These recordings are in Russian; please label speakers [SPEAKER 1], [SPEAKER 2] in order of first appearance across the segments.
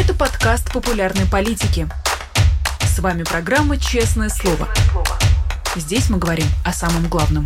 [SPEAKER 1] Это подкаст популярной политики. С вами программа «Честное слово». Здесь мы говорим о самом главном.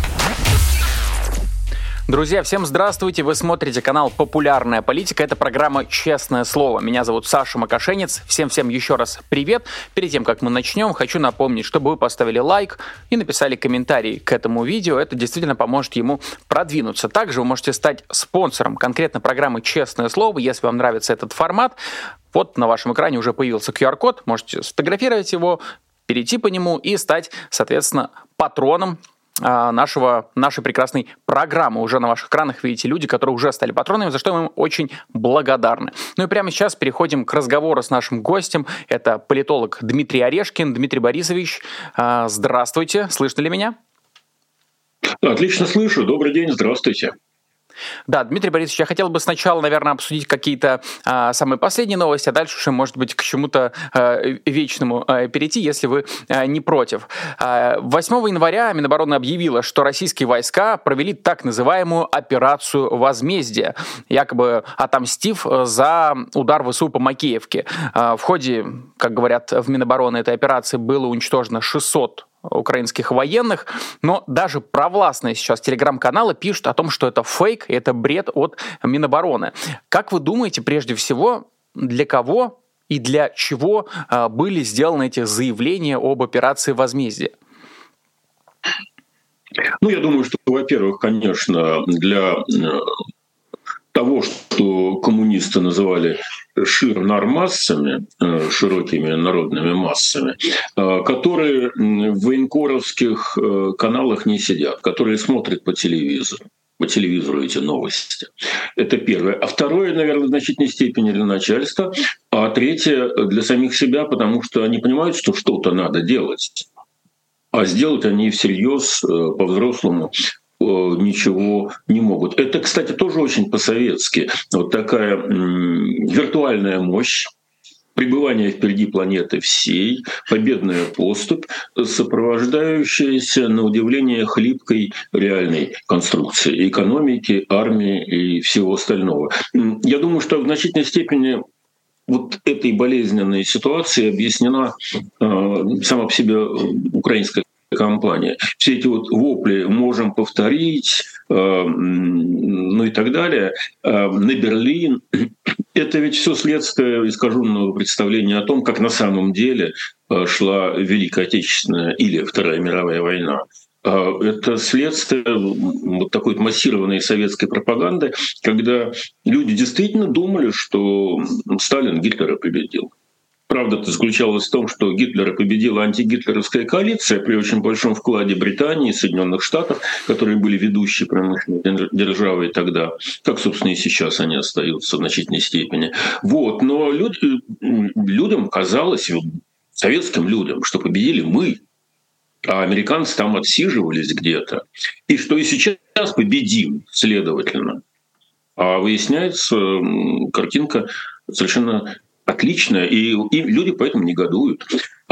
[SPEAKER 2] Друзья, всем здравствуйте! Вы смотрите канал «Популярная политика». Это программа «Честное слово». Меня зовут Саша Макашенец. Всем еще раз привет. Перед тем, как мы начнем, хочу напомнить, чтобы вы поставили лайк и написали комментарий к этому видео. Это действительно поможет ему продвинуться. Также вы можете стать спонсором конкретно программы «Честное слово», если вам нравится этот формат. Вот на вашем экране уже появился QR-код. Можете сфотографировать его, перейти по нему и стать, соответственно, патроном нашей прекрасной программы. Уже на ваших экранах видите люди, которые уже стали патронами, за что мы им очень благодарны. Ну и прямо сейчас переходим к разговору с нашим гостем. Это политолог Дмитрий Орешкин. Дмитрий Борисович, здравствуйте. Слышно ли меня?
[SPEAKER 3] Отлично слышу. Добрый день, здравствуйте.
[SPEAKER 2] Да, Дмитрий Борисович, я хотел бы сначала, наверное, обсудить какие-то самые последние новости, а дальше уже, может быть, к чему-то вечному перейти, если вы не против. 8 января Минобороны объявила, что российские войска провели так называемую операцию возмездия, якобы отомстив за удар ВСУ по Макеевке. В ходе, как говорят в Минобороны, этой операции было уничтожено 600 украинских военных, но даже провластные сейчас телеграм-каналы пишут о том, что это фейк, и это бред от Минобороны. Как вы думаете, прежде всего, для кого и для чего были сделаны эти заявления об операции возмездия?
[SPEAKER 3] Ну, я думаю, что, во-первых, конечно, для того, что коммунисты называли ширнармассами, широкими народными массами, которые в военкоровских каналах не сидят, которые смотрят по телевизору эти новости. Это первое. А второе, наверное, в значительной степени для начальства, а третье для самих себя, потому что они понимают, что что-то надо делать. А сделать они всерьез, по-взрослому, ничего не могут. Это, кстати, тоже очень по-советски. Вот такая виртуальная мощь, пребывание впереди планеты всей, победная поступь, сопровождающаяся, на удивление, хлипкой реальной конструкции экономики, армии и всего остального. Я думаю, что в значительной степени вот этой болезненной ситуацией объяснена сама по себе украинская компания. Все эти вот вопли «можем повторить», ну и так далее, на Берлин — это ведь все следствие искаженного представления о том, как на самом деле шла Великая Отечественная или Вторая мировая война. Это следствие вот такой массированной советской пропаганды, когда люди действительно думали, что Сталин Гитлера победил. Правда заключалась в том, что Гитлера победила антигитлеровская коалиция при очень большом вкладе Британии и Соединенных Штатов, которые были ведущей промышленной державой тогда, как, собственно, и сейчас они остаются в значительной степени. Вот. Но людям казалось, советским людям, что победили мы, а американцы там отсиживались где-то, и что и сейчас победим, следовательно. А выясняется, картинка совершенно отличная, и люди поэтому негодуют.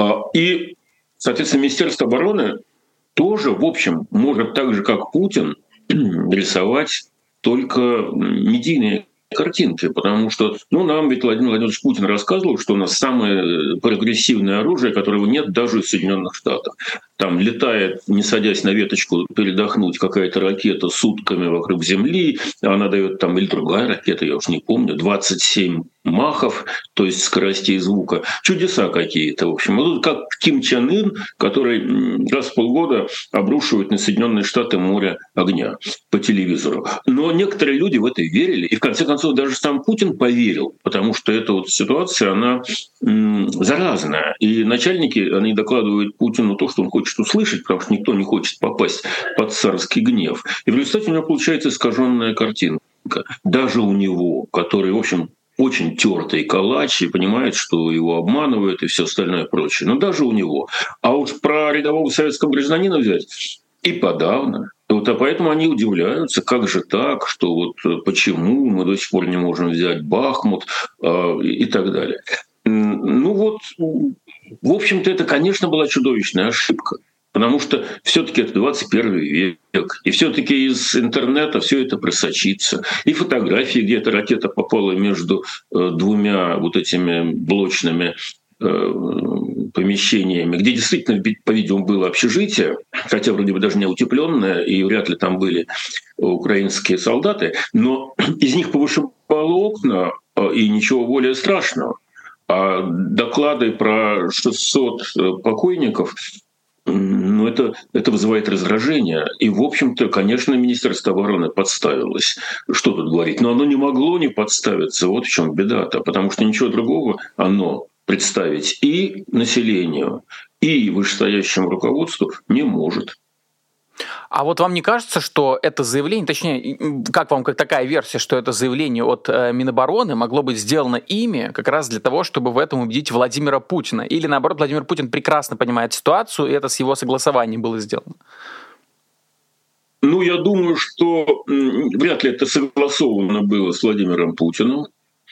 [SPEAKER 3] И, соответственно, Министерство обороны тоже, в общем, может так же, как Путин, рисовать только медийные картинки, потому что нам ведь Владимир Владимирович Путин рассказывал, что у нас самое прогрессивное оружие, которого нет даже в Соединенных Штатах. Там летает, не садясь на веточку передохнуть, какая-то ракета сутками вокруг Земли, она дает там, или другая ракета, я уж не помню, 27 махов, то есть скоростей звука. Чудеса какие-то, в общем. Вот как Ким Чен Ын, который раз в полгода обрушивает на Соединенные Штаты море огня по телевизору. Но некоторые люди в это верили, и в конце концов даже сам Путин поверил, потому что эта вот ситуация, она заразная. И начальники, они докладывают Путину то, что он хочет услышать, потому что никто не хочет попасть под царский гнев. И в результате у него получается искаженная картинка. Даже у него, который, в общем, очень тёртый калач и понимает, что его обманывают и все остальное прочее. Но даже у него. А уж про рядового советского гражданина взять и подавно. Вот, а поэтому они удивляются, как же так, что вот почему мы до сих пор не можем взять Бахмут и так далее. Ну вот, в общем-то, это, конечно, была чудовищная ошибка. Потому что все-таки это 21 век, и все-таки из интернета все это просочится. И фотографии, где эта ракета попала между двумя вот этими блочными помещениями, где действительно, по-видимому, было общежитие, хотя вроде бы даже не утепленное, и вряд ли там были украинские солдаты, но из них повышивало окна, и ничего более страшного. А доклады про 600 покойников, ну, это вызывает раздражение. И, в общем-то, конечно, Министерство обороны подставилось. Что тут говорить? Но оно не могло не подставиться. Вот в чем беда-то. Потому что ничего другого оно представить и населению, и вышестоящему руководству не может.
[SPEAKER 2] А вот вам не кажется, что это заявление, точнее, как вам как такая версия, что это заявление от Минобороны могло быть сделано ими как раз для того, чтобы в этом убедить Владимира Путина? Или наоборот, Владимир Путин прекрасно понимает ситуацию, и это с его согласованием было сделано?
[SPEAKER 3] Ну, я думаю, что вряд ли это согласовано было с Владимиром Путиным.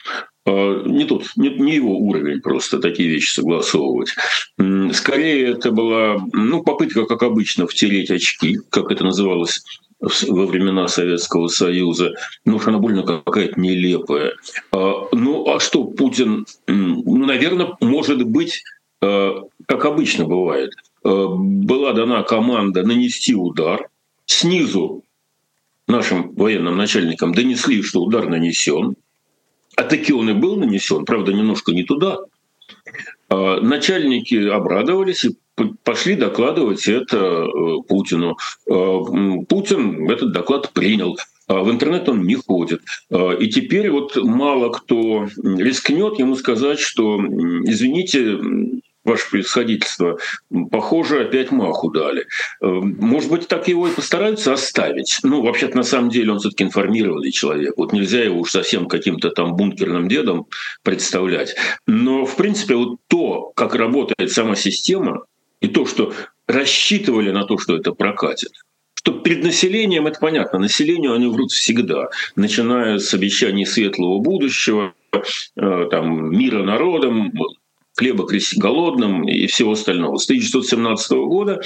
[SPEAKER 3] Не его уровень просто такие вещи согласовывать. Скорее, это была попытка, как обычно, втереть очки, как это называлось во времена Советского Союза. Ну уж она больно какая-то нелепая. Ну а что, Путин, наверное, может быть, как обычно бывает, была дана команда нанести удар. Снизу нашим военным начальникам донесли, что удар нанесен. А таки он и был нанесен, правда, немножко не туда. Начальники обрадовались и пошли докладывать это Путину. Путин этот доклад принял. В интернет он не ходит. И теперь вот мало кто рискнет ему сказать, что, извините, ваше превосходительство, похоже, опять маху дали. Может быть, так его и постараются оставить. Ну, вообще-то, на самом деле, он все-таки информированный человек. Вот нельзя его уж совсем каким-то там бункерным дедом представлять. Но, в принципе, вот то, как работает сама система, и то, что рассчитывали на то, что это прокатит, что перед населением, это понятно, населению они врут всегда, начиная с обещаний светлого будущего, там, мира народам, хлеба голодным и всего остального. С 1917 года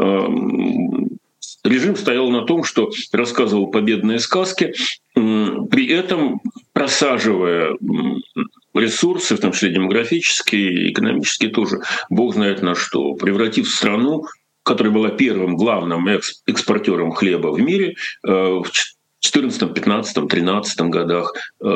[SPEAKER 3] режим стоял на том, что рассказывал победные сказки, при этом просаживая ресурсы, в том числе демографические, экономические тоже, бог знает на что, превратив страну, которая была первым главным экспортером хлеба в мире, в 14, 15, 13 годах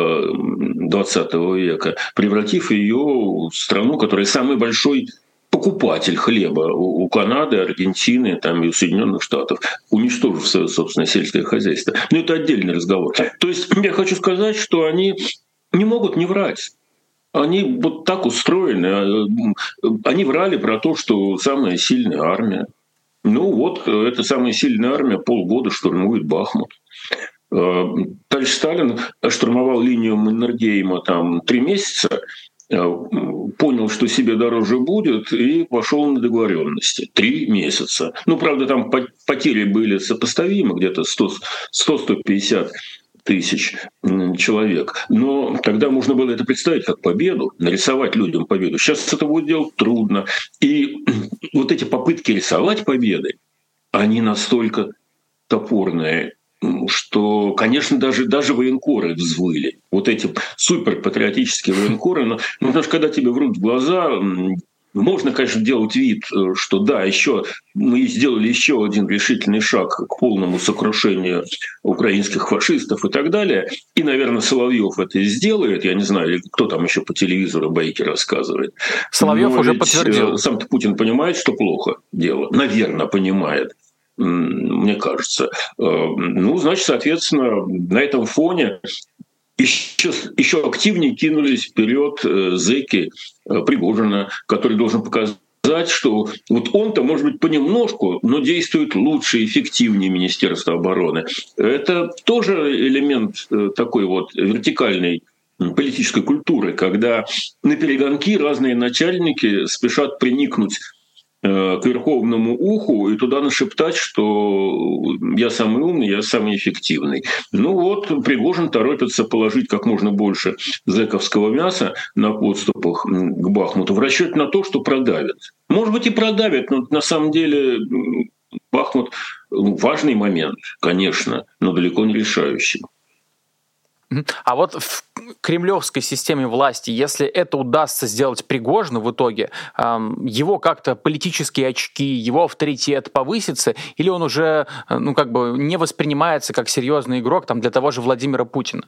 [SPEAKER 3] 20 века, превратив ее в страну, которая самый большой покупатель хлеба у Канады, Аргентины там, и у Соединенных Штатов, уничтожив свое собственное сельское хозяйство. Но это отдельный разговор. То есть я хочу сказать, что они не могут не врать. Они вот так устроены. Они врали про то, что самая сильная армия. Ну вот, эта самая сильная армия полгода штурмует Бахмут. Товарищ Сталин штурмовал линию Маннергейма там 3 месяца, понял, что себе дороже будет, и пошел на договоренности. 3 месяца. Ну, правда, там потери были сопоставимы, где-то 100-150 тысяч человек. Но тогда можно было это представить как победу, нарисовать людям победу. Сейчас это будет делать трудно. И вот эти попытки рисовать победы, они настолько топорные, что, конечно, даже военкоры взвыли. Вот эти суперпатриотические военкоры. Но потому что когда тебе врут в глаза, можно, конечно, делать вид, что да, еще мы сделали еще один решительный шаг к полному сокрушению украинских фашистов и так далее. И, наверное, Соловьев это и сделает. Я не знаю, или кто там еще по телевизору байки рассказывает.
[SPEAKER 2] Соловьев уже подтвердил.
[SPEAKER 3] Сам-то Путин понимает, что плохо дело. Наверное, понимает. Мне кажется. Ну, значит, соответственно, на этом фоне еще активнее кинулись вперед зэки Пригожина, который должен показать, что вот он-то, может быть, понемножку, но действует лучше и эффективнее Министерства обороны. Это тоже элемент такой вот вертикальной политической культуры, когда на перегонки разные начальники спешат приникнуть к верховному уху и туда нашептать, что я самый умный, я самый эффективный. Ну вот, Пригожин торопится положить как можно больше зэковского мяса на подступах к Бахмуту в расчете на то, что продавит. Может быть, и продавит, но на самом деле Бахмут важный момент, конечно, но далеко не решающий.
[SPEAKER 2] А вот в кремлевской системе власти, если это удастся сделать Пригожину в итоге, его как-то политические очки, его авторитет повысится, или он уже не воспринимается как серьезный игрок для того же Владимира Путина?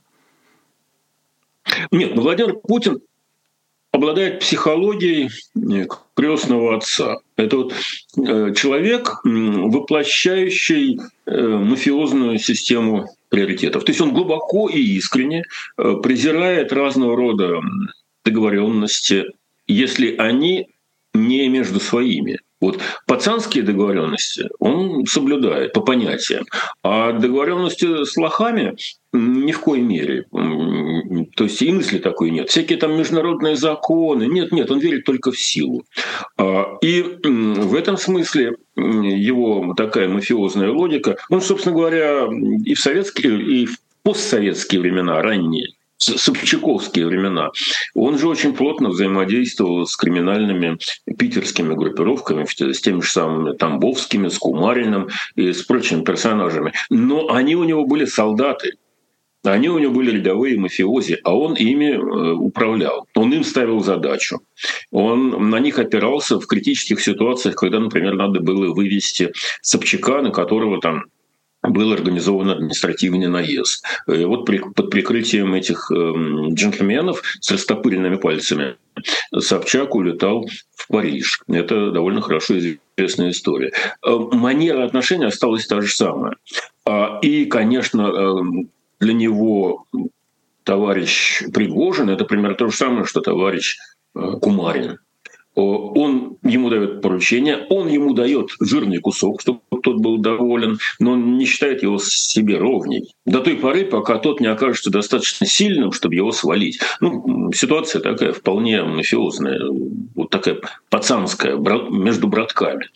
[SPEAKER 3] Нет, Владимир Путин обладает психологией крестного отца. Это вот человек, воплощающий мафиозную систему приоритетов. То есть он глубоко и искренне презирает разного рода договоренности, если они не между своими. Вот пацанские договоренности он соблюдает по понятиям, а договоренности с лохами ни в коей мере. То есть и мысли такой нет. Всякие там международные законы. Нет, он верит только в силу. И в этом смысле его такая мафиозная логика, он, собственно говоря, и в советские, и в постсоветские времена, ранние, собчаковские времена, он же очень плотно взаимодействовал с криминальными питерскими группировками, с теми же самыми Тамбовскими, с Кумариным и с прочими персонажами. Но они у него были солдаты. Они у него были рядовые мафиози, а он ими управлял. Он им ставил задачу. Он на них опирался в критических ситуациях, когда, например, надо было вывести Собчака, на которого там был организован административный наезд. И вот под прикрытием этих джентльменов с растопыренными пальцами Собчак улетал в Париж. Это довольно хорошо известная история. Манера отношений осталась та же самая. И, конечно, для него товарищ Пригожин — это примерно то же самое, что товарищ Кумарин. Он ему дает поручение, он ему дает жирный кусок, чтобы тот был доволен, но он не считает его себе ровней. До той поры, пока тот не окажется достаточно сильным, чтобы его свалить. Ситуация такая вполне мафиозная, вот такая пацанская, между братками.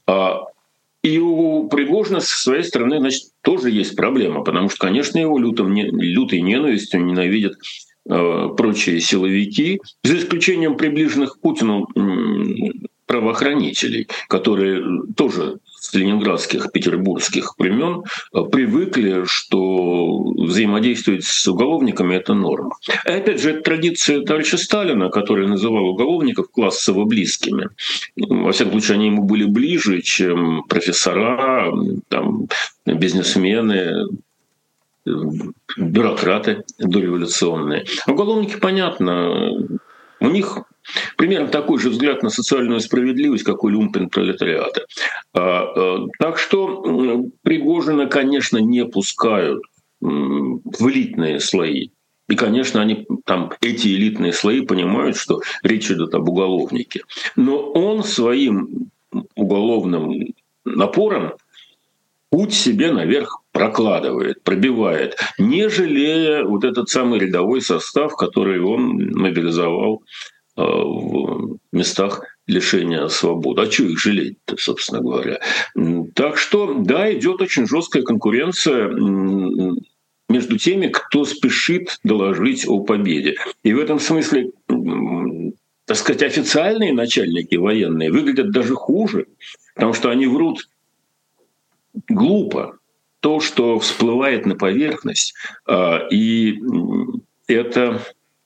[SPEAKER 3] И у Пригожина со своей стороны, значит, тоже есть проблема, потому что, конечно, его лютой ненавистью ненавидят прочие силовики, за исключением приближенных к Путину правоохранителей, которые тоже с ленинградских, петербургских времен привыкли, что взаимодействовать с уголовниками — это норма. И опять же, это традиция товарища Сталина, который называл уголовников классово близкими. Во всяком случае, они ему были ближе, чем профессора, бизнесмены, бюрократы дореволюционные. Уголовники, понятно, у них примерно такой же взгляд на социальную справедливость, как у люмпен-пролетариата. Так что Пригожина, конечно, не пускают в элитные слои. И, конечно, эти элитные слои понимают, что речь идет об уголовнике. Но он своим уголовным напором путь себе наверх прокладывает, пробивает, не жалея вот этот самый рядовой состав, который он мобилизовал в местах лишения свободы. А что их жалеть-то, собственно говоря? Так что, да, идет очень жесткая конкуренция между теми, кто спешит доложить о победе. И в этом смысле, так сказать, официальные начальники военные выглядят даже хуже, потому что они врут глупо. То, что всплывает на поверхность, и это,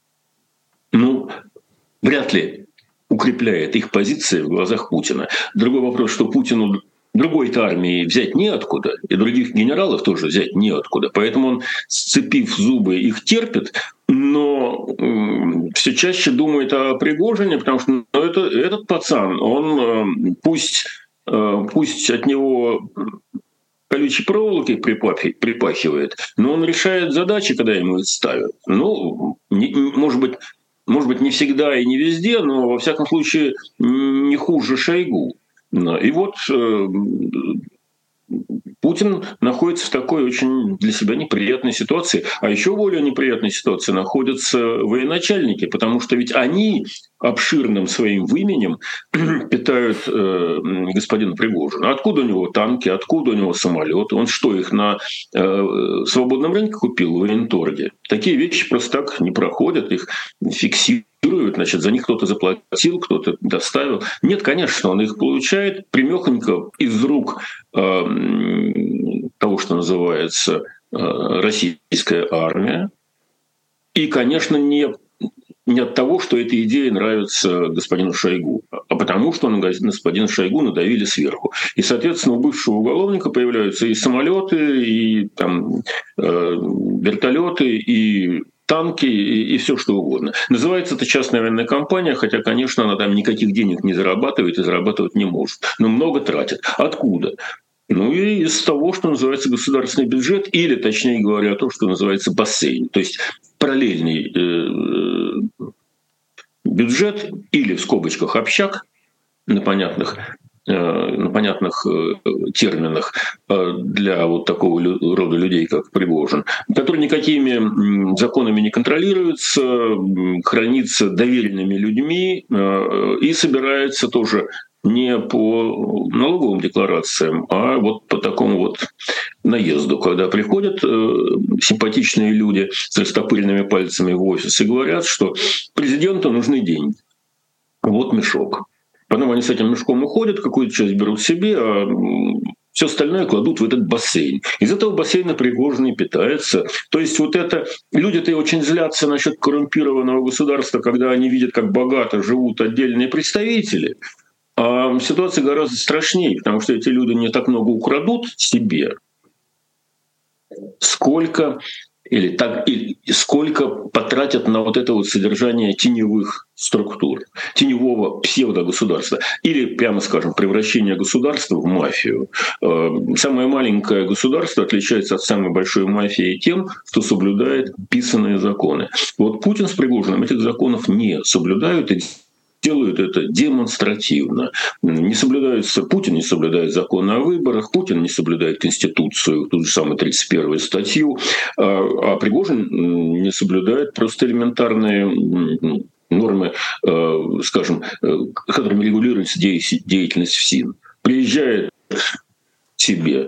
[SPEAKER 3] вряд ли укрепляет их позиции в глазах Путина. Другой вопрос, что Путину другой-то армии взять неоткуда, и других генералов тоже взять неоткуда. Поэтому он, сцепив зубы, их терпит, но все чаще думает о Пригожине, потому что этот пацан, он пусть от него колючей проволокой припахивает, но он решает задачи, когда ему их ставят. Может быть, не всегда и не везде, но во всяком случае не хуже Шойгу. И вот Путин находится в такой очень для себя неприятной ситуации. А еще более неприятной ситуации находятся военачальники, потому что ведь они обширным своим выменем питают господина Пригожина. Откуда у него танки, откуда у него самолеты? Он что, их на свободном рынке купил в военторге? Такие вещи просто так не проходят, их фиксируют, значит, за них кто-то заплатил, кто-то доставил. Нет, конечно, он их получает примехонько из рук того, что называется российская армия. И, конечно, не от того, что эта идея нравится господину Шойгу, а потому, что на господина Шойгу надавили сверху. И, соответственно, у бывшего уголовника появляются и самолеты, и там, вертолеты, и танки, и все что угодно. Называется это частная военная компания, хотя, конечно, она там никаких денег не зарабатывает и зарабатывать не может, но много тратит. Откуда? Ну и из того, что называется государственный бюджет, или, точнее говоря, то, что называется бассейн, то есть параллельный бюджет или в скобочках общак на понятных терминах для вот такого рода людей, как Пригожин, который никакими законами не контролируется, хранится доверенными людьми и собирается тоже не по налоговым декларациям, а вот по такому вот наезду, когда приходят симпатичные люди с растопыренными пальцами в офис и говорят, что президенту нужны деньги. Вот мешок. Потом они с этим мешком уходят, какую-то часть берут себе, а все остальное кладут в этот бассейн. Из этого бассейна Пригожин и питается. То есть вот это... Люди-то очень злятся насчет коррумпированного государства, когда они видят, как богато живут отдельные представители. А ситуация гораздо страшнее, потому что эти люди не так много украдут себе, сколько потратят на вот это вот содержание теневых структур, теневого псевдогосударства, или, прямо скажем, превращение государства в мафию. Самое маленькое государство отличается от самой большой мафии тем, что соблюдает писанные законы. Вот Путин с Пригожиным этих законов не соблюдают и делают это демонстративно. Путин не соблюдает законы о выборах, Путин не соблюдает Конституцию, ту же самую 31-ю статью, а Пригожин не соблюдает просто элементарные нормы, скажем, которыми регулируется деятельность ФСИН. Приезжает к себе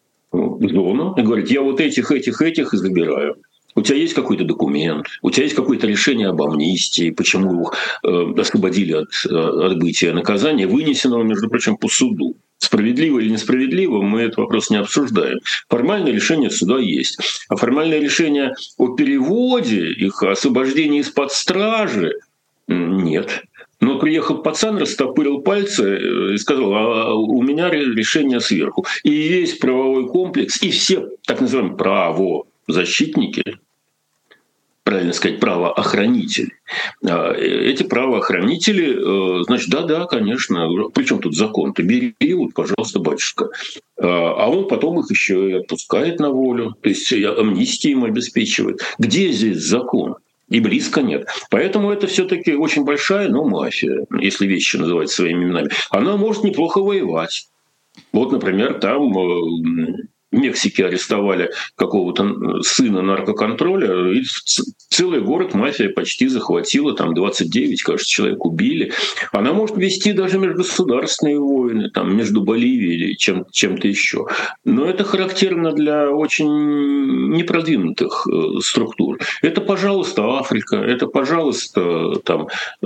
[SPEAKER 3] в зону и говорит: я вот этих забираю. У тебя есть какой-то документ, у тебя есть какое-то решение об амнистии, почему их освободили от отбытия наказания, вынесенного, между прочим, по суду. Справедливо или несправедливо, мы этот вопрос не обсуждаем. Формальное решение суда есть. А формальное решение о переводе их, о освобождении из-под стражи нет. Но приехал пацан, растопырил пальцы и сказал: а у меня решение сверху. И весь правовой комплекс, и все так называемые правозащитники, правильно сказать, правоохранители. Эти правоохранители, значит, да, конечно, причем тут закон-то, бери, вот, пожалуйста, батюшка. А он потом их еще и отпускает на волю, то есть амнистию им обеспечивает. Где здесь закон? И близко нет. Поэтому это все-таки очень большая, но мафия, если вещи называть своими именами. Она может неплохо воевать. Вот, например, там в Мексике арестовали какого-то сына наркоконтроля, и целый город мафия почти захватила, там 29, кажется, человек убили. Она может вести даже межгосударственные войны, там, между Боливией или чем-то еще. Но это характерно для очень непродвинутых структур. Это, пожалуйста, Африка, это, пожалуйста, там,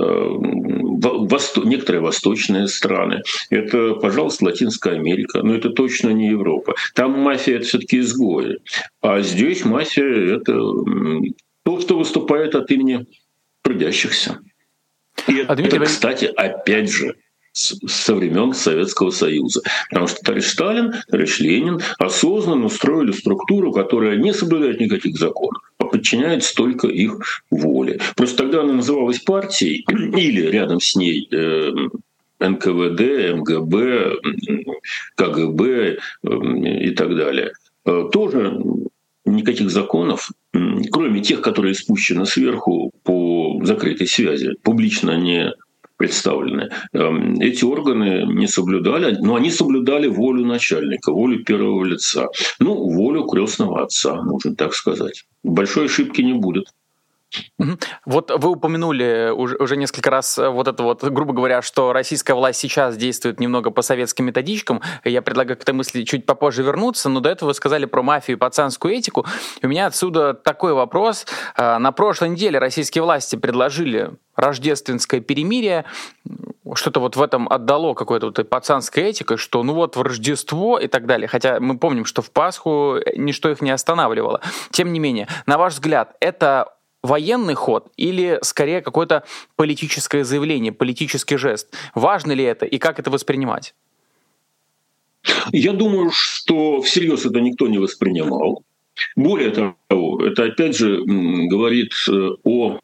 [SPEAKER 3] некоторые восточные страны, это, пожалуйста, Латинская Америка, но это точно не Европа. Там мафия — это все-таки изгои. А здесь мафия — это то, что выступает от имени трудящихся. И это, кстати, опять же, со времен Советского Союза. Потому что товарищ Сталин, товарищ Ленин осознанно устроили структуру, которая не соблюдает никаких законов, а подчиняется только их воле. Просто тогда она называлась партией, или рядом с ней НКВД, МГБ, КГБ и так далее. Тоже никаких законов, кроме тех, которые спущены сверху по закрытой связи, публично не представлены. Эти органы не соблюдали, но они соблюдали волю начальника, волю первого лица. Ну, волю крестного отца, можно так сказать. Большой ошибки не будет.
[SPEAKER 2] Вот вы упомянули уже несколько раз вот это вот, грубо говоря, что российская власть сейчас действует немного по советским методичкам. Я предлагаю к этой мысли чуть попозже вернуться, но до этого вы сказали про мафию и пацанскую этику. У меня отсюда такой вопрос. На прошлой неделе российские власти предложили рождественское перемирие. Что-то вот в этом отдало какой-то вот пацанской этикой, что ну вот в Рождество и так далее. Хотя мы помним, что в Пасху ничто их не останавливало. Тем не менее, на ваш взгляд, это военный ход или скорее какое-то политическое заявление, политический жест? Важно ли это и как это воспринимать?
[SPEAKER 3] Я думаю, что всерьез это никто не воспринимал. Более того, это опять же говорит о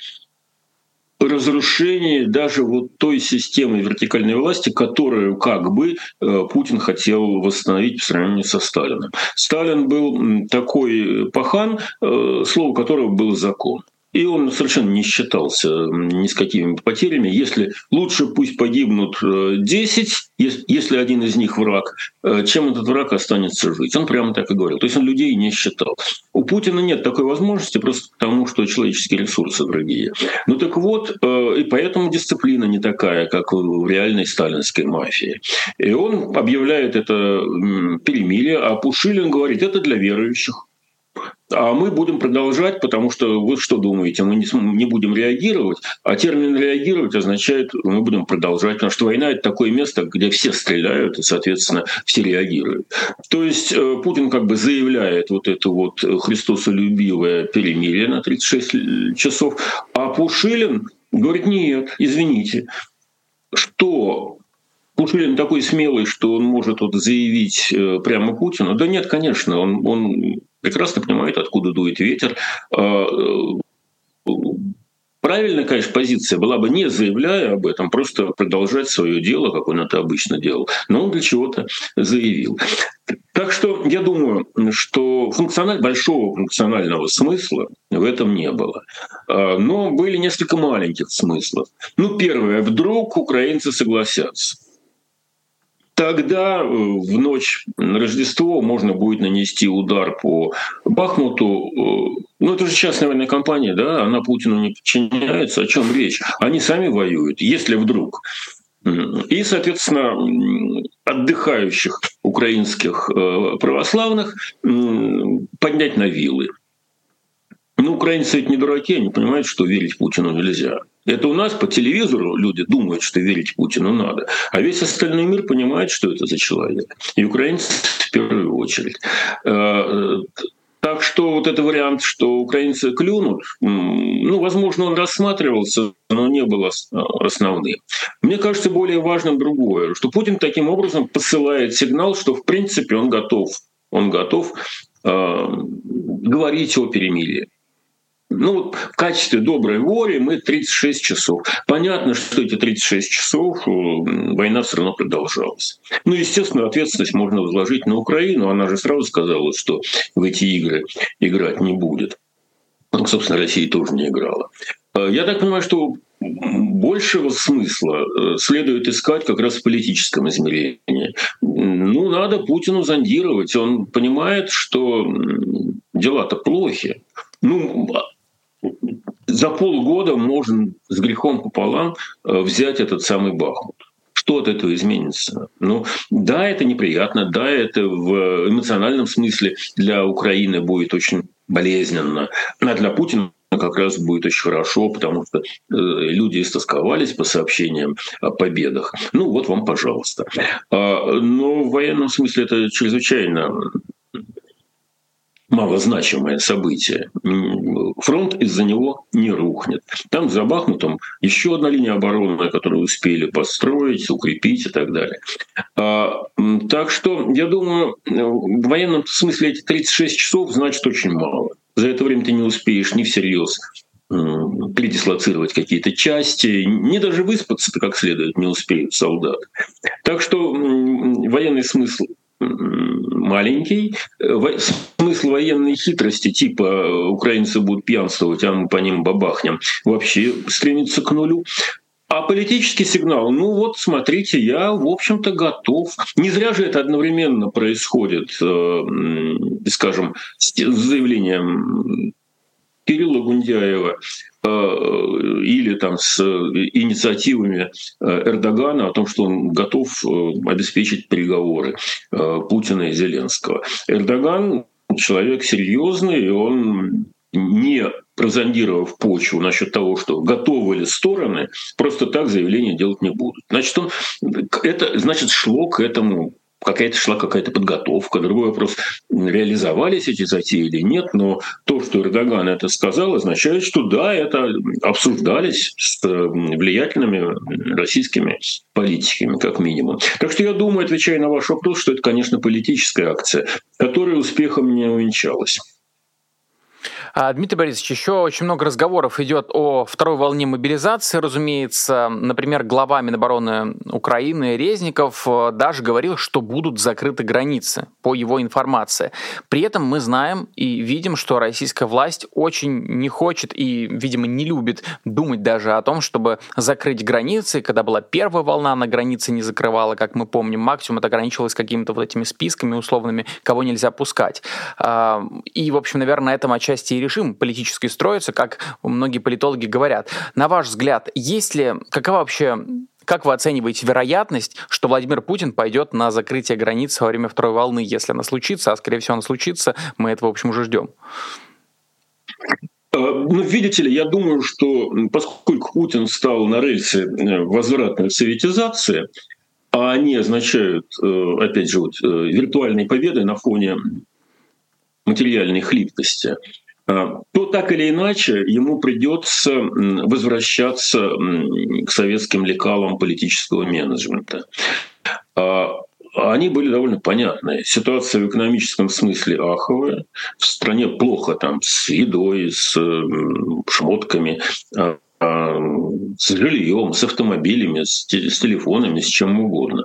[SPEAKER 3] разрушении даже вот той системы вертикальной власти, которую как бы Путин хотел восстановить по сравнению со Сталиным. Сталин был такой пахан, слово которого был закон. И он совершенно не считался ни с какими потерями. Если лучше пусть погибнут 10, если один из них враг, чем этот враг останется жить. Он прямо так и говорил. То есть он людей не считал. У Путина нет такой возможности просто потому, что человеческие ресурсы другие. Ну так вот, и поэтому дисциплина не такая, как в реальной сталинской мафии. И он объявляет это перемирие, а Пушилин говорит, это для верующих. А мы будем продолжать, потому что вы что думаете, мы не будем реагировать, а термин «реагировать» означает, мы будем продолжать, потому что война — это такое место, где все стреляют, и, соответственно, все реагируют. То есть Путин как бы заявляет вот это вот христосолюбивое перемирие на 36 часов, а Пушилин говорит, нет, извините, что Пушилин такой смелый, что он может вот заявить прямо Путину? Да нет, конечно, он прекрасно понимает, откуда дует ветер. Правильная, конечно, позиция была бы, не заявляя об этом, просто продолжать свое дело, как он это обычно делал. Но он для чего-то заявил. Так что я думаю, что большого функционального смысла в этом не было. Но были несколько маленьких смыслов. Ну, первое, вдруг украинцы согласятся. Тогда в ночь на Рождество можно будет нанести удар по Бахмуту. Ну, это же частная военная компания, да, она Путину не подчиняется. О чем речь? Они сами воюют, если вдруг. И, соответственно, отдыхающих украинских православных поднять на вилы. Но украинцы ведь не дураки, они понимают, что верить Путину нельзя. Это у нас по телевизору люди думают, что верить Путину надо. А весь остальной мир понимает, что это за человек. И украинцы в первую очередь. Так что вот этот вариант, что украинцы клюнут, ну, возможно, он рассматривался, но не был основным. Мне кажется, более важным другое, что Путин таким образом посылает сигнал, что в принципе он готов говорить о перемирии. Ну, в качестве доброй воли мы 36 часов. Понятно, что эти 36 часов война все равно продолжалась. Ну, естественно, ответственность можно возложить на Украину. Она же сразу сказала, что в эти игры играть не будет. Ну, собственно, Россия тоже не играла. Я так понимаю, что большего смысла следует искать как раз в политическом измерении. Ну, надо Путину зондировать. Он понимает, что дела-то плохи. Ну, за полгода можно с грехом пополам взять этот самый Бахмут. Что от этого изменится? Ну, да, это неприятно, да, это в эмоциональном смысле для Украины будет очень болезненно, а для Путина как раз будет очень хорошо, потому что люди истосковались по сообщениям о победах. Ну вот вам, пожалуйста. Но в военном смысле это чрезвычайно малозначимое событие. Фронт из-за него не рухнет. Там за Бахмутом еще одна линия обороны, которую успели построить, укрепить и так далее. Так что, я думаю, в военном смысле эти 36 часов значит очень мало. За это время ты не успеешь ни всерьез передислоцировать какие-то части, не даже выспаться-то как следует не успеют солдаты. Так что военный смысл маленький. Смысл военной хитрости, типа украинцы будут пьянствовать, а мы по ним бабахнем, вообще стремится к нулю. А политический сигнал, ну вот, смотрите, я, в общем-то, готов. Не зря же это одновременно происходит, скажем, с заявлением Кирилла Гундяева или там с инициативами Эрдогана о том, что он готов обеспечить переговоры Путина и Зеленского. Эрдоган человек серьезный, и он, не прозондировав почву насчет того, что готовы ли стороны, просто так заявление делать не будут. Значит, шло к этому. Шла какая-то подготовка. Другой вопрос, реализовались эти затеи или нет, но то, что Эрдоган это сказал, означает, что да, это обсуждались с влиятельными российскими политиками, как минимум. Так что я думаю, отвечая на ваш вопрос, что это, конечно, политическая акция, которая успехом не увенчалась.
[SPEAKER 2] Дмитрий Борисович, еще очень много разговоров идет о второй волне мобилизации, разумеется. Например, глава Минобороны Украины Резников даже говорил, что будут закрыты границы, по его информации. При этом мы знаем и видим, что российская власть очень не хочет и, видимо, не любит думать даже о том, чтобы закрыть границы. Когда была первая волна, на границы не закрывала, как мы помним. Максимум это ограничивалось какими-то вот этими списками условными, кого нельзя пускать. И, в общем, наверное, на этом отчасти режим политически строится, как многие политологи говорят. На ваш взгляд, как вы оцениваете вероятность, что Владимир Путин пойдет на закрытие границ во время второй волны, если она случится, а скорее всего она случится, мы этого, в общем, уже ждем?
[SPEAKER 3] Видите ли, я думаю, что поскольку Путин встал на рельсы возвратной советизации, а они означают, опять же, виртуальной победы на фоне материальной хлипкости, то так или иначе ему придется возвращаться к советским лекалам политического менеджмента. Они были довольно понятны. Ситуация в экономическом смысле аховая. В стране плохо там с едой, с шмотками, с жильем, с автомобилями, с телефонами, с чем угодно.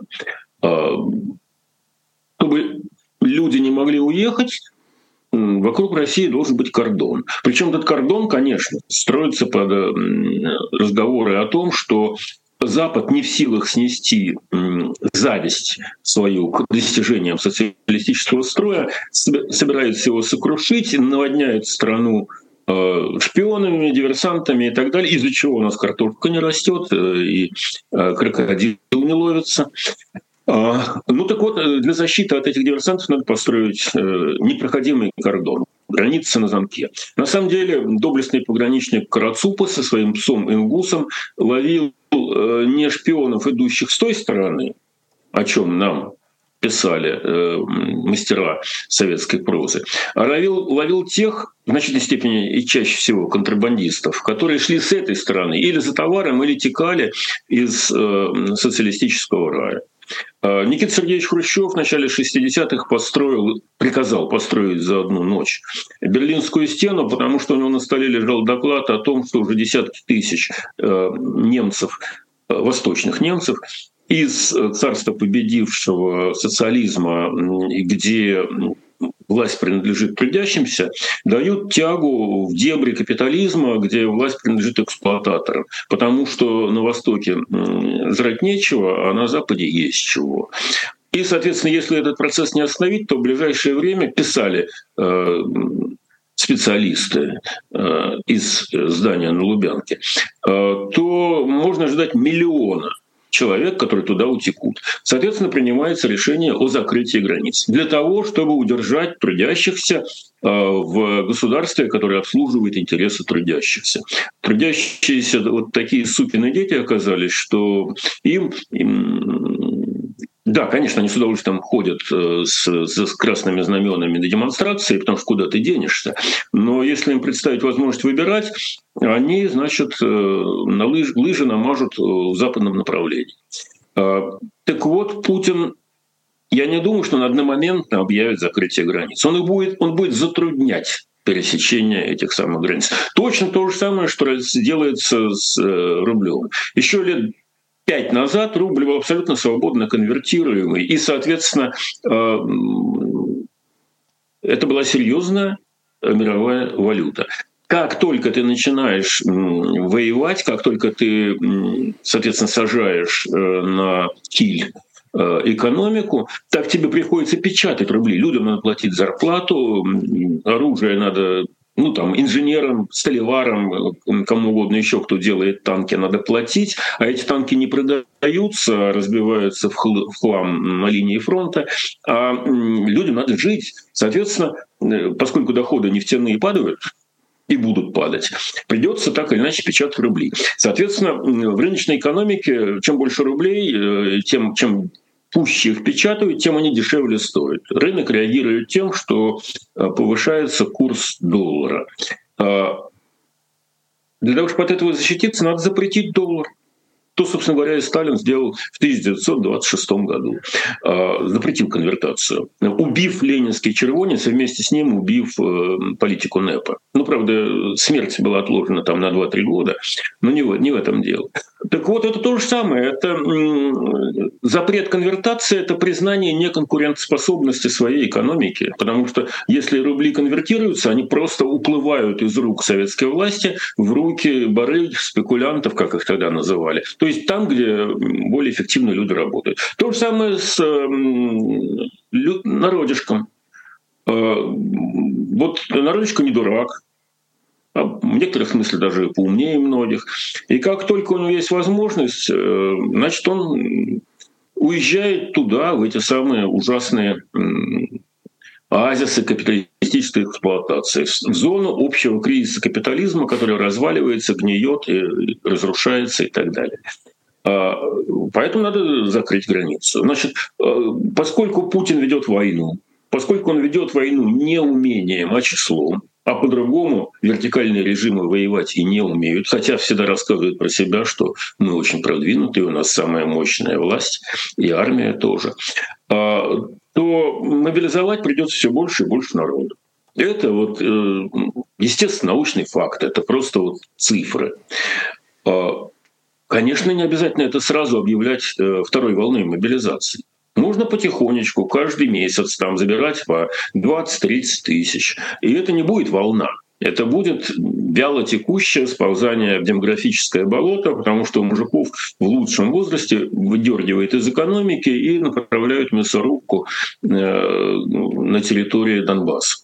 [SPEAKER 3] Чтобы люди не могли уехать, вокруг России должен быть кордон. Причем этот кордон, конечно, строится под разговоры о том, что Запад не в силах снести зависть свою к достижениям социалистического строя, собирается его сокрушить, наводняет страну шпионами, диверсантами и так далее, из-за чего у нас картошка не растет и крокодил не ловится. Так вот, для защиты от этих диверсантов надо построить непроходимый кордон, границы на замке. На самом деле, доблестный пограничник Карацупа со своим псом Ингусом ловил не шпионов, идущих с той стороны, о чем нам писали мастера советской прозы, а ловил тех, в значительной степени и чаще всего контрабандистов, которые шли с этой стороны или за товаром, или текали из социалистического рая. Никита Сергеевич Хрущев в начале 60-х приказал построить за одну ночь Берлинскую стену, потому что у него на столе лежал доклад о том, что уже десятки тысяч немцев, восточных немцев, из царства победившего социализма, где власть принадлежит трудящимся, дают тягу в дебри капитализма, где власть принадлежит эксплуататорам. Потому что на Востоке жрать нечего, а на Западе есть чего. И, соответственно, если этот процесс не остановить, то в ближайшее время писали специалисты из здания на Лубянке, то можно ждать миллиона человек, которые туда утекут. Соответственно, принимается решение о закрытии границ для того, чтобы удержать трудящихся в государстве, которое обслуживает интересы трудящихся. Трудящиеся вот такие сукины дети оказались, что да, конечно, они с удовольствием ходят с красными знаменами на демонстрации, потому что куда ты денешься. Но если им представить возможность выбирать, они, значит, на лыжи намажут в западном направлении. Так вот, Путин, я не думаю, что он одномоментно объявит закрытие границ. Он будет затруднять пересечение этих самых границ. Точно то же самое, что делается с рублем. Еще лет 5 назад рубль был абсолютно свободно конвертируемый, и, соответственно, это была серьезная мировая валюта. Как только ты начинаешь воевать, как только ты, соответственно, сажаешь на киль экономику, так тебе приходится печатать рубли. Людям надо платить зарплату, оружие надо инженерам, столеварам, кому угодно еще, кто делает танки, надо платить, а эти танки не продаются, а разбиваются в хлам на линии фронта, а людям надо жить. Соответственно, поскольку доходы нефтяные падают, и будут падать, придется так или иначе печатать рубли. Соответственно, в рыночной экономике чем больше рублей, чем пуще их печатают, тем они дешевле стоят. Рынок реагирует тем, что повышается курс доллара. Для того, чтобы от этого защититься, надо запретить доллар. То, собственно говоря, и Сталин сделал в 1926 году. Запретил конвертацию, убив ленинский червонец и вместе с ним убив политику НЭПа. Правда, смерть была отложена там на 2-3 года, но не в этом дело. Так вот, это то же самое. Это запрет конвертации, это признание неконкурентоспособности своей экономики. Потому что если рубли конвертируются, они просто уплывают из рук советской власти в руки барыг, спекулянтов, как их тогда называли. То есть там, где более эффективно люди работают. То же самое с народишком. Вот народишко не дурак. В некоторых смысле даже поумнее многих. И как только у него есть возможность, значит, он уезжает туда, в эти самые ужасные оазисы капиталистической эксплуатации, в зону общего кризиса капитализма, который разваливается, гниет, и разрушается и так далее. Поэтому надо закрыть границу. Значит, поскольку Путин ведет войну, поскольку он ведет войну не умением, а числом, а по-другому вертикальные режимы воевать и не умеют, хотя всегда рассказывают про себя, что мы очень продвинутые, у нас самая мощная власть, и армия тоже, то мобилизовать придется все больше и больше народу. Это естественно, научный факт, это просто цифры. Конечно, не обязательно это сразу объявлять второй волной мобилизации. Можно потихонечку, каждый месяц забирать по 20-30 тысяч. И это не будет волна. Это будет вяло текущее сползание в демографическое болото, потому что мужиков в лучшем возрасте выдергивает из экономики и направляют в мясорубку на территории Донбасса.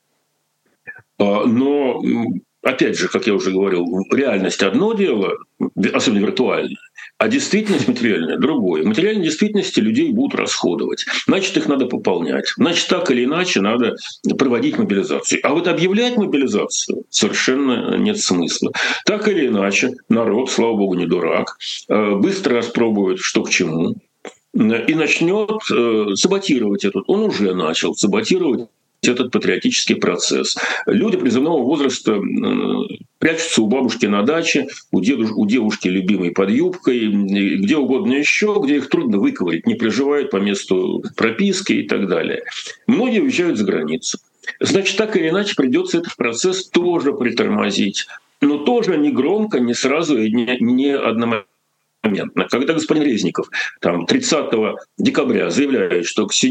[SPEAKER 3] Но, опять же, как я уже говорил, реальность одно дело, особенно виртуальное, а действительность материальная другое. В материальной действительности людей будут расходовать. Значит, их надо пополнять. Значит, так или иначе надо проводить мобилизацию. А вот объявлять мобилизацию совершенно нет смысла. Так или иначе, народ, слава богу, не дурак, быстро распробует, что к чему, и начнет саботировать он уже начал саботировать этот патриотический процесс. Люди призывного возраста прячутся у бабушки на даче, у девушки любимой под юбкой, где угодно еще, где их трудно выковырять, не проживают по месту прописки и так далее. Многие уезжают за границу. Значит, так или иначе придется этот процесс тоже притормозить. Но тоже не громко, не сразу и не одномоментно. Когда господин Резников 30 декабря заявляет, что к 7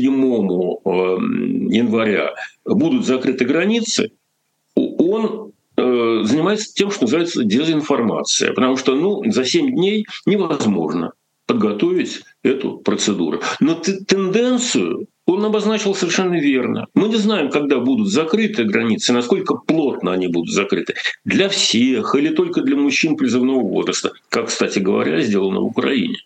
[SPEAKER 3] января будут закрыты границы, он занимается тем, что называется дезинформация. Потому что за 7 дней невозможно подготовить эту процедуру. Но тенденцию он обозначил совершенно верно. Мы не знаем, когда будут закрыты границы, насколько плотно они будут закрыты. Для всех или только для мужчин призывного возраста, как, кстати говоря, сделано в Украине.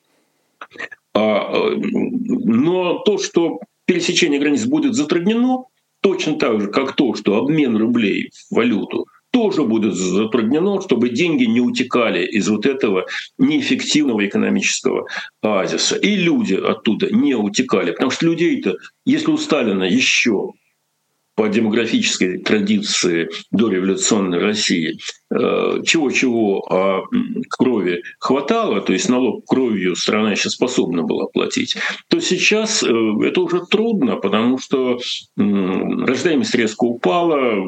[SPEAKER 3] Но то, что пересечение границ будет затруднено, точно так же, как то, что обмен рублей в валюту тоже будет затруднено, чтобы деньги не утекали из этого неэффективного экономического оазиса. И люди оттуда не утекали. Потому что людей-то, если у Сталина еще по демографической традиции дореволюционной России чего-чего, а крови хватало, то есть налог кровью страна еще способна была платить, то сейчас это уже трудно, потому что рождаемость резко упала,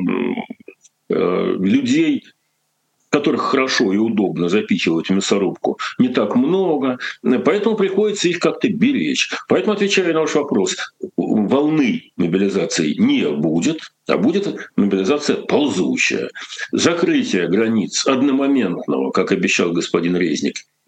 [SPEAKER 3] людей, которых хорошо и удобно запихивать в мясорубку, не так много, поэтому приходится их как-то беречь. Поэтому, отвечая на ваш вопрос, волны мобилизации не будет, а будет мобилизация ползучая. Закрытие границ одномоментного, как обещал господин Резник,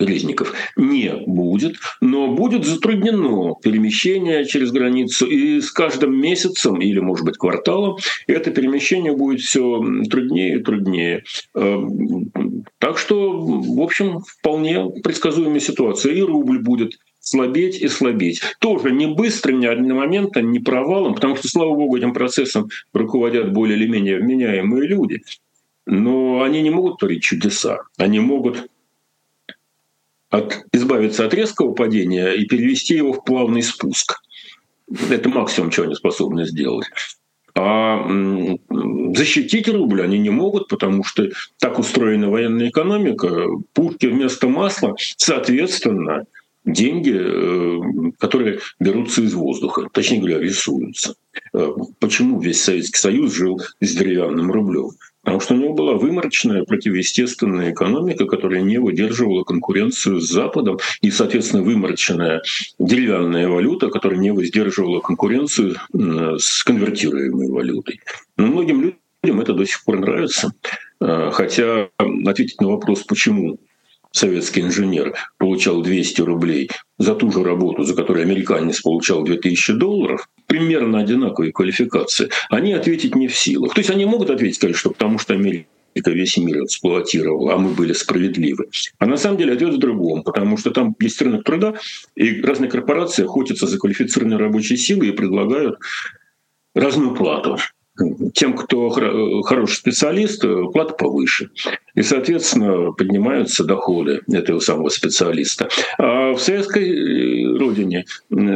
[SPEAKER 3] Резников, не будет, но будет затруднено перемещение через границу, и с каждым месяцем или, может быть, кварталом это перемещение будет все труднее и труднее. Так что, в общем, вполне предсказуемая ситуация. И рубль будет слабеть и слабеть. Тоже не быстро, ни одномоментно, не провалом, потому что, слава богу, этим процессом руководят более или менее вменяемые люди. Но они не могут творить чудеса. Они могут избавиться от резкого падения и перевести его в плавный спуск. Это максимум, чего они способны сделать. А защитить рубль они не могут, потому что так устроена военная экономика. Пушки вместо масла, соответственно, деньги, которые берутся из воздуха, точнее говоря, рисуются. Почему весь Советский Союз жил с деревянным рублем? Потому что у него была выморочная, противоестественная экономика, которая не выдерживала конкуренцию с Западом, и, соответственно, вымороченная деревянная валюта, которая не выдерживала конкуренцию с конвертируемой валютой. Но многим людям это до сих пор нравится. Хотя ответить на вопрос, почему советский инженер получал 200 рублей за ту же работу, за которую американец получал $2000, примерно одинаковой квалификации, они ответить не в силах. То есть они могут ответить, сказать, что потому что Америка весь мир эксплуатировала, а мы были справедливы. А на самом деле ответ в другом, потому что там есть рынок труда, и разные корпорации охотятся за квалифицированной рабочей силой и предлагают разную плату. Тем, кто хороший специалист, плата повыше. И, соответственно, поднимаются доходы этого самого специалиста. А в советской родине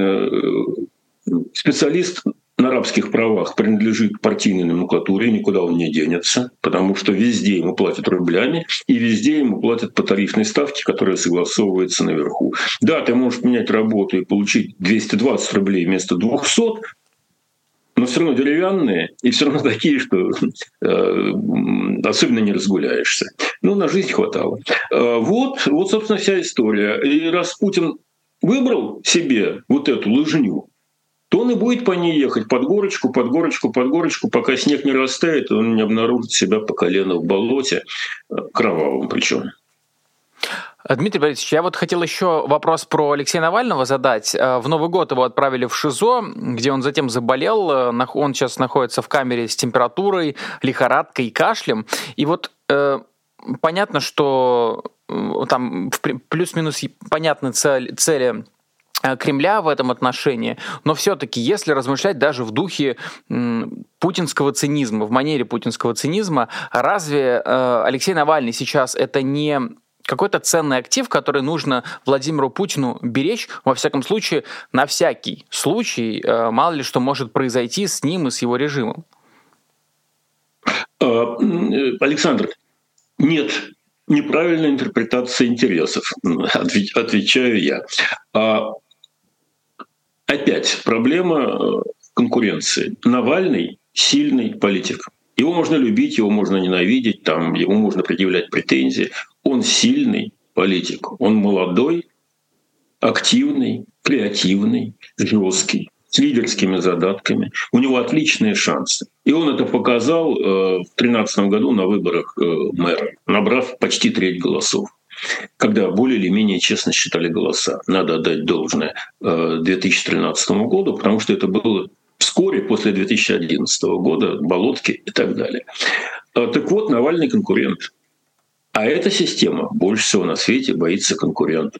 [SPEAKER 3] специалист на рабских правах принадлежит партийной номенклатуре, никуда он не денется, потому что везде ему платят рублями, и везде ему платят по тарифной ставке, которая согласовывается наверху. Да, ты можешь менять работу и получить 220 рублей вместо 200, но все равно деревянные и все равно такие, что особенно не разгуляешься. Ну, на жизнь хватало. Вот, собственно, вся история. И раз Путин выбрал себе вот эту лыжню, то он и будет по ней ехать под горочку, пока снег не растает, и он не обнаружит себя по колено в болоте, кровавом причем.
[SPEAKER 2] Дмитрий Борисович, я вот хотел еще вопрос про Алексея Навального задать. В Новый год его отправили в ШИЗО, где он затем заболел. Он сейчас находится в камере с температурой, лихорадкой и кашлем. И вот понятно, что там плюс-минус понятны цели Кремля в этом отношении, но все-таки, если размышлять даже в духе путинского цинизма, в манере путинского цинизма, разве Алексей Навальный сейчас это не какой-то ценный актив, который нужно Владимиру Путину беречь, во всяком случае, на всякий случай, мало ли что может произойти с ним и с его режимом?
[SPEAKER 3] Александр, нет, неправильная интерпретация интересов, отвечаю я. Опять проблема конкуренции. Навальный – сильный политик. Его можно любить, его можно ненавидеть, ему можно предъявлять претензии. Он сильный политик. Он молодой, активный, креативный, жесткий, с лидерскими задатками. У него отличные шансы. И он это показал в 2013 году на выборах мэра, набрав почти треть голосов, когда более или менее честно считали голоса. Надо отдать должное 2013 году, потому что это было вскоре после 2011 года, болотки и так далее. Так вот, Навальный конкурент. А эта система больше всего на свете боится конкурентов.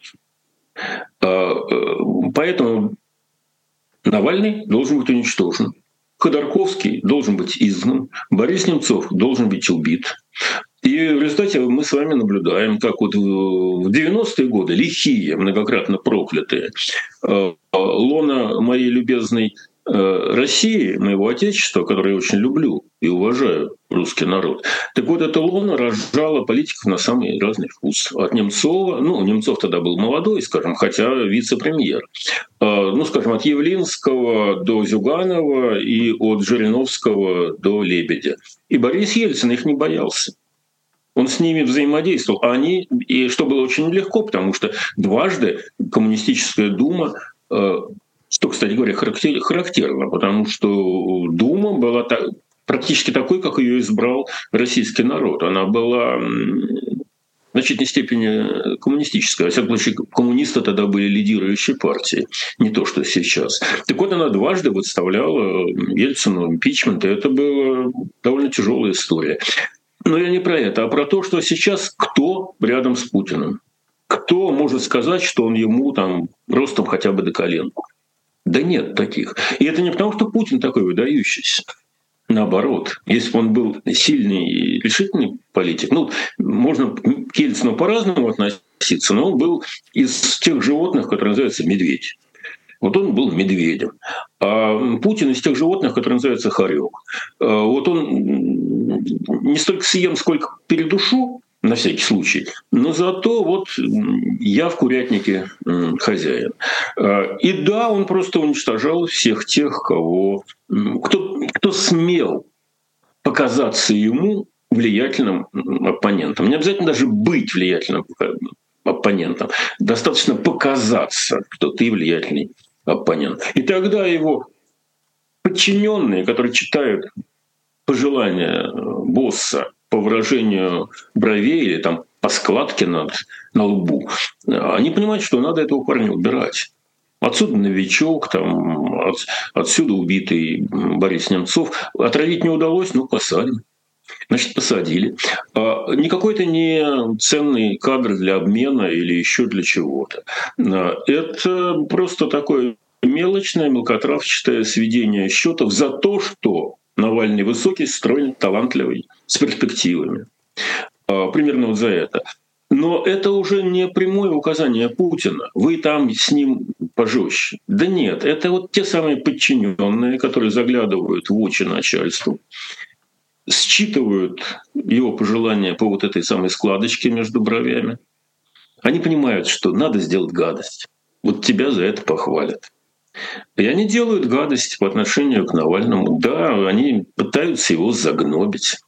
[SPEAKER 3] Поэтому Навальный должен быть уничтожен. Ходорковский должен быть изгнан. Борис Немцов должен быть убит. И в результате мы с вами наблюдаем, как вот в 90-е годы, лихие, многократно проклятые, лона моей любезной России, моего Отечества, которое я очень люблю и уважаю, русский народ. Так вот, эта лона рожала политиков на самый разный вкус. От Немцова, Немцов тогда был молодой, скажем, хотя вице-премьер. Скажем, от Явлинского до Зюганова и от Жириновского до Лебедя. И Борис Ельцин их не боялся. Он с ними взаимодействовал. И что было очень легко, потому что дважды Коммунистическая дума, что, кстати говоря, характерно, потому что Дума была практически такой, как ее избрал российский народ. Она была в значительной степени коммунистическая. Во всяком случае, коммунисты тогда были лидирующей партией, не то, что сейчас. Так вот, она дважды выставляла Ельцину импичмент, и это была довольно тяжелая история. Но я не про это, а про то, что сейчас кто рядом с Путиным? Кто может сказать, что он ему там ростом хотя бы до колен? Да нет таких. И это не потому, что Путин такой выдающийся. Наоборот, если бы он был сильный и решительный политик, можно к Ельцину по-разному относиться, но он был из тех животных, которые называются медведь. Вот он был медведем. А Путин из тех животных, которые называются хорек. Вот он не столько съем, сколько передушу, на всякий случай, но зато вот я в курятнике хозяин. И да, он просто уничтожал всех тех, кто смел показаться ему влиятельным оппонентом. Не обязательно даже быть влиятельным оппонентом. Достаточно показаться, что ты влиятельный оппонент. И тогда его подчиненные, которые читают пожелания босса по выражению бровей или там по складке на лбу, они понимают, что надо этого парня убирать. Отсюда новичок, отсюда убитый Борис Немцов. Отравить не удалось, посадим. Значит, посадили. Никакой это не ценный кадр для обмена или еще для чего-то. Это просто такое мелочное, мелкотравчатое сведение счетов за то, что Навальный высокий, стройный, талантливый, с перспективами. Примерно вот за это. Но это уже не прямое указание Путина. Вы там с ним пожестче. Да нет, это вот те самые подчиненные, которые заглядывают в очи начальству, считывают его пожелания по вот этой самой складочке между бровями. Они понимают, что надо сделать гадость. Вот тебя за это похвалят. И они делают гадость по отношению к Навальному. Да, они пытаются его загнобить,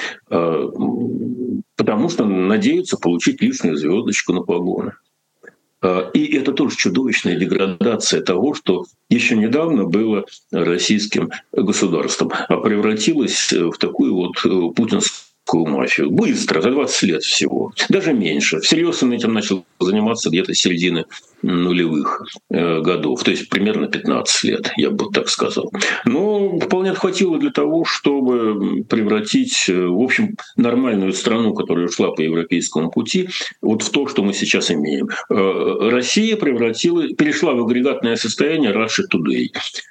[SPEAKER 3] потому что надеются получить лишнюю звездочку на погоны. И это тоже чудовищная деградация того, что еще недавно было российским государством, а превратилось в такую вот путинскую мафию. Быстро, за 20 лет всего. Даже меньше. Всерьез он этим начал заниматься где-то с середины нулевых годов. То есть примерно 15 лет, я бы так сказал. Но вполне хватило для того, чтобы превратить, в общем, нормальную страну, которая ушла по европейскому пути, вот в то, что мы сейчас имеем. Россия перешла в агрегатное состояние Russia Today.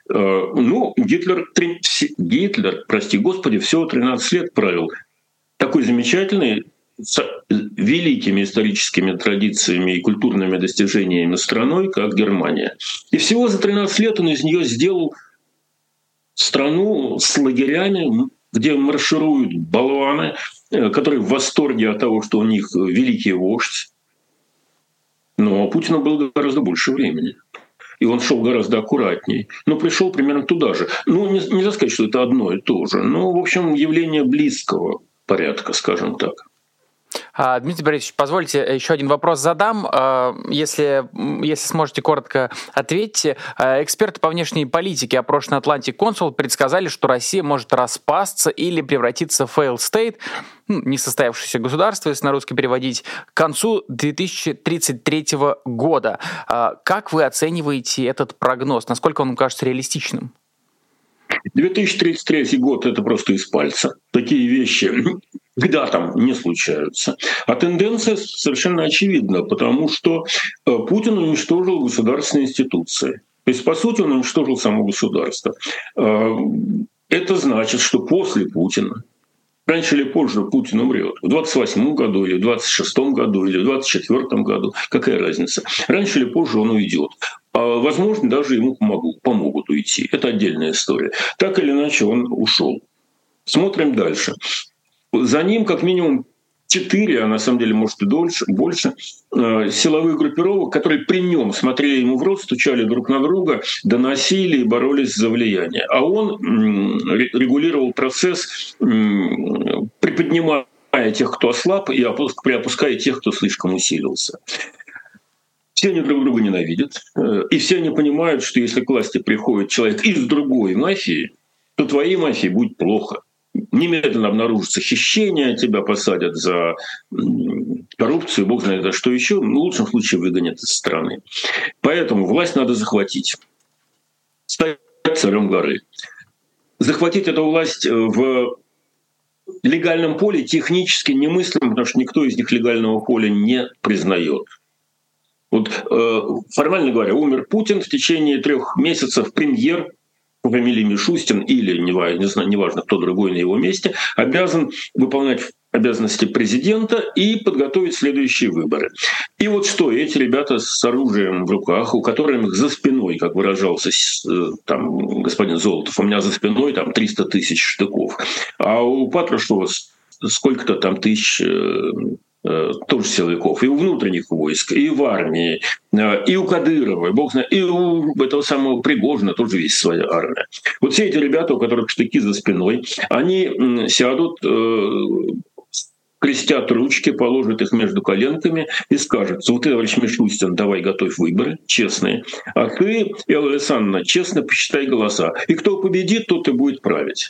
[SPEAKER 3] Гитлер, прости господи, всего 13 лет правил такой замечательный, с великими историческими традициями и культурными достижениями страной, как Германия. И всего за 13 лет он из нее сделал страну с лагерями, где маршируют болваны, которые в восторге от того, что у них великий вождь. Но у Путина было гораздо больше времени. И он шел гораздо аккуратней. Но пришел примерно туда же. Нельзя сказать, что это одно и то же. В общем, явление близкого порядка, скажем так.
[SPEAKER 2] Дмитрий Борисович, позвольте еще один вопрос задам. Если сможете коротко ответьте. Эксперты по внешней политике, опрошенный Atlantic Council, предсказали, что Россия может распасться или превратиться в failed state, несостоявшееся государство, если на русский переводить, к концу 2033 года. Как вы оцениваете этот прогноз? Насколько он вам кажется реалистичным?
[SPEAKER 3] 2033 год — это просто из пальца. Такие вещи к датам не случаются. А тенденция совершенно очевидна, потому что Путин уничтожил государственные институции. То есть, по сути, он уничтожил само государство. Это значит, что после Путина, раньше или позже Путин умрет. В 28 году, или в 26 году, или в 24 году. Какая разница? Раньше или позже он уйдет. Возможно, даже ему помогут уйти. Это отдельная история. Так или иначе, он ушел. Смотрим дальше. За ним как минимум 4, а на самом деле, может, и больше силовых группировок, которые при нем смотрели ему в рот, стучали друг на друга, доносили и боролись за влияние. А он регулировал процесс, приподнимая тех, кто ослаб, и приопуская тех, кто слишком усилился. Все они друг друга ненавидят, и все они понимают, что если к власти приходит человек из другой мафии, то твоей мафии будет плохо. немедленно обнаружится хищение, тебя посадят за коррупцию, бог знает за что еще, в лучшем случае выгонят из страны. Поэтому власть надо захватить, стать царем горы. Захватить эту власть в легальном поле технически немыслимо, потому что никто из них легального поля не признает. Вот формально говоря, умер Путин, в течение 3 месяцев премьер по фамилии Мишустин или, неважно, кто другой на его месте, обязан выполнять обязанности президента и подготовить следующие выборы. И вот что, эти ребята с оружием в руках, у которых за спиной, как выражался там господин Золотов, у меня за спиной там 300 тысяч штыков, а у Патрушева сколько-то там тысяч тоже силовиков, и у внутренних войск, и в армии, и у Кадырова, и бог знает, и у этого самого Пригожина тоже есть своя армия. Вот все эти ребята, у которых штыки за спиной, они сядут, крестят ручки, положат их между коленками и скажут: вот ты, товарищ Мишустин, давай готовь выборы честные, а ты, Элла Александровна, честно посчитай голоса. И кто победит, тот и будет править.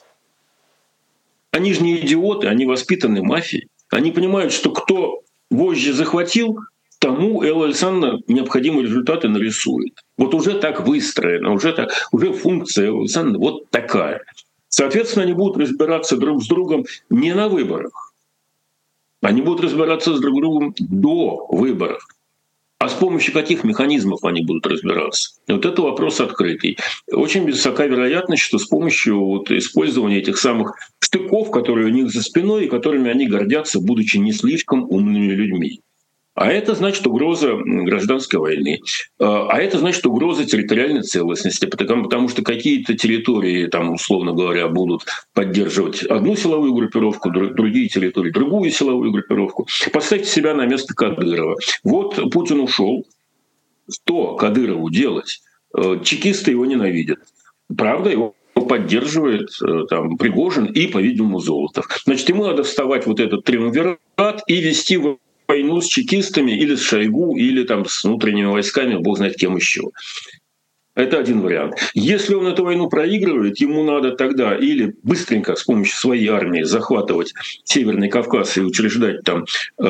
[SPEAKER 3] Они же не идиоты, они воспитаны мафией. Они понимают, что кто вожжи захватил, тому Элла Александровна необходимые результаты нарисует. Вот уже так выстроено, уже функция Эллы Александровны вот такая. Соответственно, они будут разбираться друг с другом не на выборах. Они будут разбираться с друг другом до выборов. А с помощью каких механизмов они будут разбираться? Вот это вопрос открытый. Очень высока вероятность, что с помощью использования этих самых штыков, которые у них за спиной и которыми они гордятся, будучи не слишком умными людьми. А это значит угроза гражданской войны. А это значит угроза территориальной целостности, потому что какие-то территории, там, условно говоря, будут поддерживать одну силовую группировку, другие территории другую силовую группировку. Поставьте себя на место Кадырова. Вот Путин ушел. Что Кадырову делать? Чекисты его ненавидят. Правда, его поддерживает там Пригожин и, по-видимому, Золотов. Значит, ему надо вставать вот этот триумвират и вести войну с чекистами или с Шойгу, или там с внутренними войсками, бог знает кем еще. Это один вариант. Если он эту войну проигрывает, ему надо тогда или быстренько с помощью своей армии захватывать Северный Кавказ и учреждать там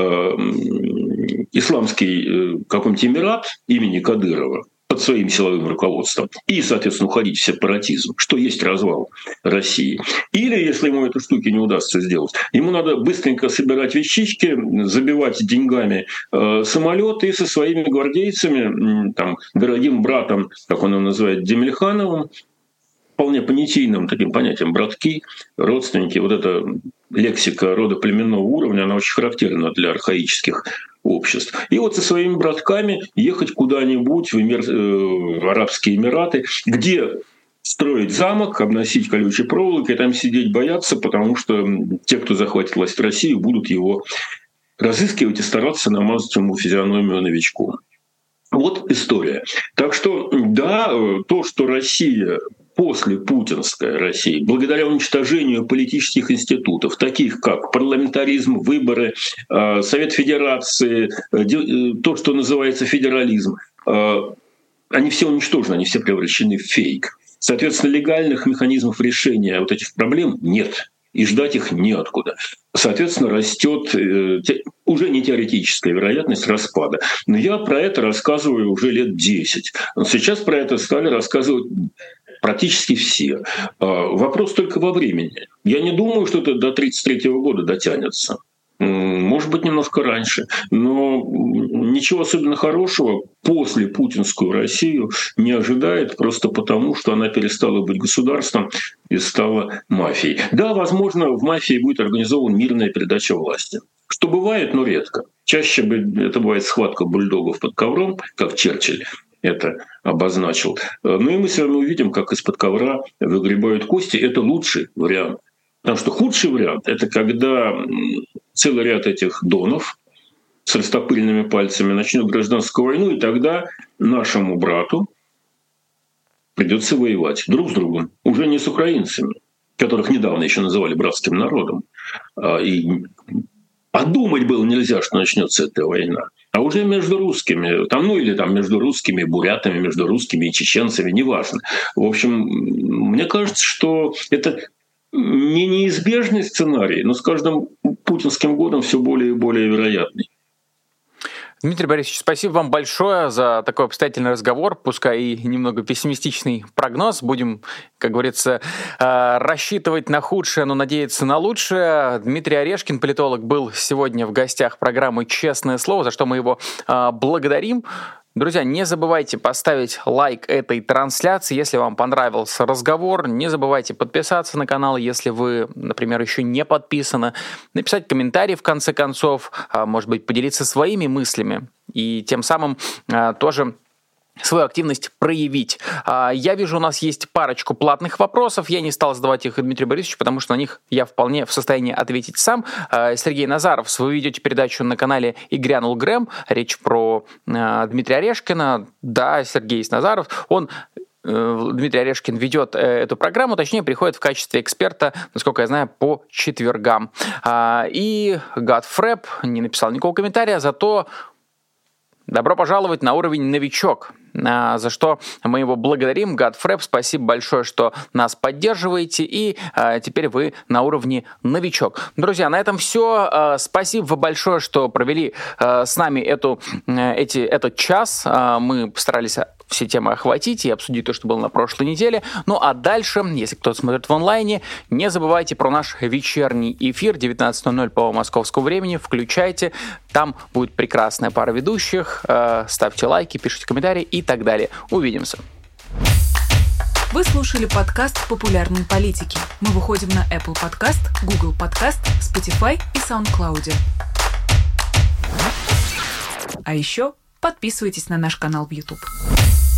[SPEAKER 3] исламский какой-нибудь эмират имени Кадырова под своим силовым руководством и, соответственно, уходить в сепаратизм, что есть развал России. Или, если ему эту штуки не удастся сделать, ему надо быстренько собирать вещички, забивать деньгами самолет и со своими гвардейцами, там, дорогим братом, как он его называет, Демельхановым, вполне понятийным таким понятием братки, родственники, вот эта лексика родоплеменного уровня, она очень характерна для архаических обществ. И вот со своими братками ехать куда-нибудь в Арабские Эмираты, где строить замок, обносить колючей проволокой, там сидеть бояться, потому что те, кто захватит власть в России, будут его разыскивать и стараться намазать ему физиономию новичком. Вот история. Так что, да, то, что Россия после путинской России, благодаря уничтожению политических институтов, таких как парламентаризм, выборы, Совет Федерации, то, что называется федерализм, они все уничтожены, они все превращены в фейк. Соответственно, легальных механизмов решения вот этих проблем нет. И ждать их неоткуда. Соответственно, растет уже не теоретическая вероятность распада. Но я про это рассказываю уже лет 10. Но сейчас про это стали рассказывать практически все. Вопрос только во времени. Я не думаю, что это до 1933 года дотянется. Может быть, немножко раньше. Но ничего особенно хорошего после путинскую Россию не ожидает, просто потому, что она перестала быть государством и стала мафией. Да, возможно, в мафии будет организована мирная передача власти. Что бывает, но редко. Чаще это бывает схватка бульдогов под ковром, как Черчилль это обозначил. Но и мы все равно увидим, как из-под ковра выгребают кости. Это лучший вариант. Потому что худший вариант — это когда целый ряд этих донов с растопыренными пальцами начнет гражданскую войну, и тогда нашему брату придется воевать друг с другом, уже не с украинцами, которых недавно еще называли братским народом. И подумать было нельзя, что начнется эта война. А уже между русскими, между русскими и бурятами, между русскими и чеченцами, неважно. В общем, мне кажется, что это не неизбежный сценарий, но с каждым путинским годом все более и более вероятный.
[SPEAKER 2] Дмитрий Борисович, спасибо вам большое за такой обстоятельный разговор, пускай и немного пессимистичный прогноз. Будем, как говорится, рассчитывать на худшее, но надеяться на лучшее. Дмитрий Орешкин, политолог, был сегодня в гостях программы «Честное слово», за что мы его благодарим. Друзья, не забывайте поставить лайк этой трансляции, если вам понравился разговор. Не забывайте подписаться на канал, если вы, например, еще не подписаны. Написать комментарий, в конце концов, может быть, поделиться своими мыслями и тем самым тоже свою активность проявить. Я вижу, у нас есть парочку платных вопросов. Я не стал задавать их Дмитрию Борисовичу, потому что на них я вполне в состоянии ответить сам. Сергей Назаров, вы ведете передачу на канале «И грянул Грэм». Речь про Дмитрия Орешкина. Да, Сергей Назаров. Дмитрий Орешкин ведет эту программу, точнее, приходит в качестве эксперта, насколько я знаю, по четвергам. И Godfrep не написал никакого комментария, зато добро пожаловать на уровень новичок, за что мы его благодарим. Godfrep, спасибо большое, что нас поддерживаете, и теперь вы на уровне новичок. Друзья, на этом все. Спасибо большое, что провели с нами этот час. Мы постарались все темы охватить и обсудить то, что было на прошлой неделе. Ну а дальше, если кто-то смотрит в онлайне, не забывайте про наш вечерний эфир 19:00 по московскому времени. Включайте, там будет прекрасная пара ведущих. Ставьте лайки, пишите комментарии и так далее. Увидимся.
[SPEAKER 1] Вы слушали подкаст «Популярные политики». Мы выходим на Apple Podcast, Google Podcast, Spotify и SoundCloud. А еще подписывайтесь на наш канал в YouTube.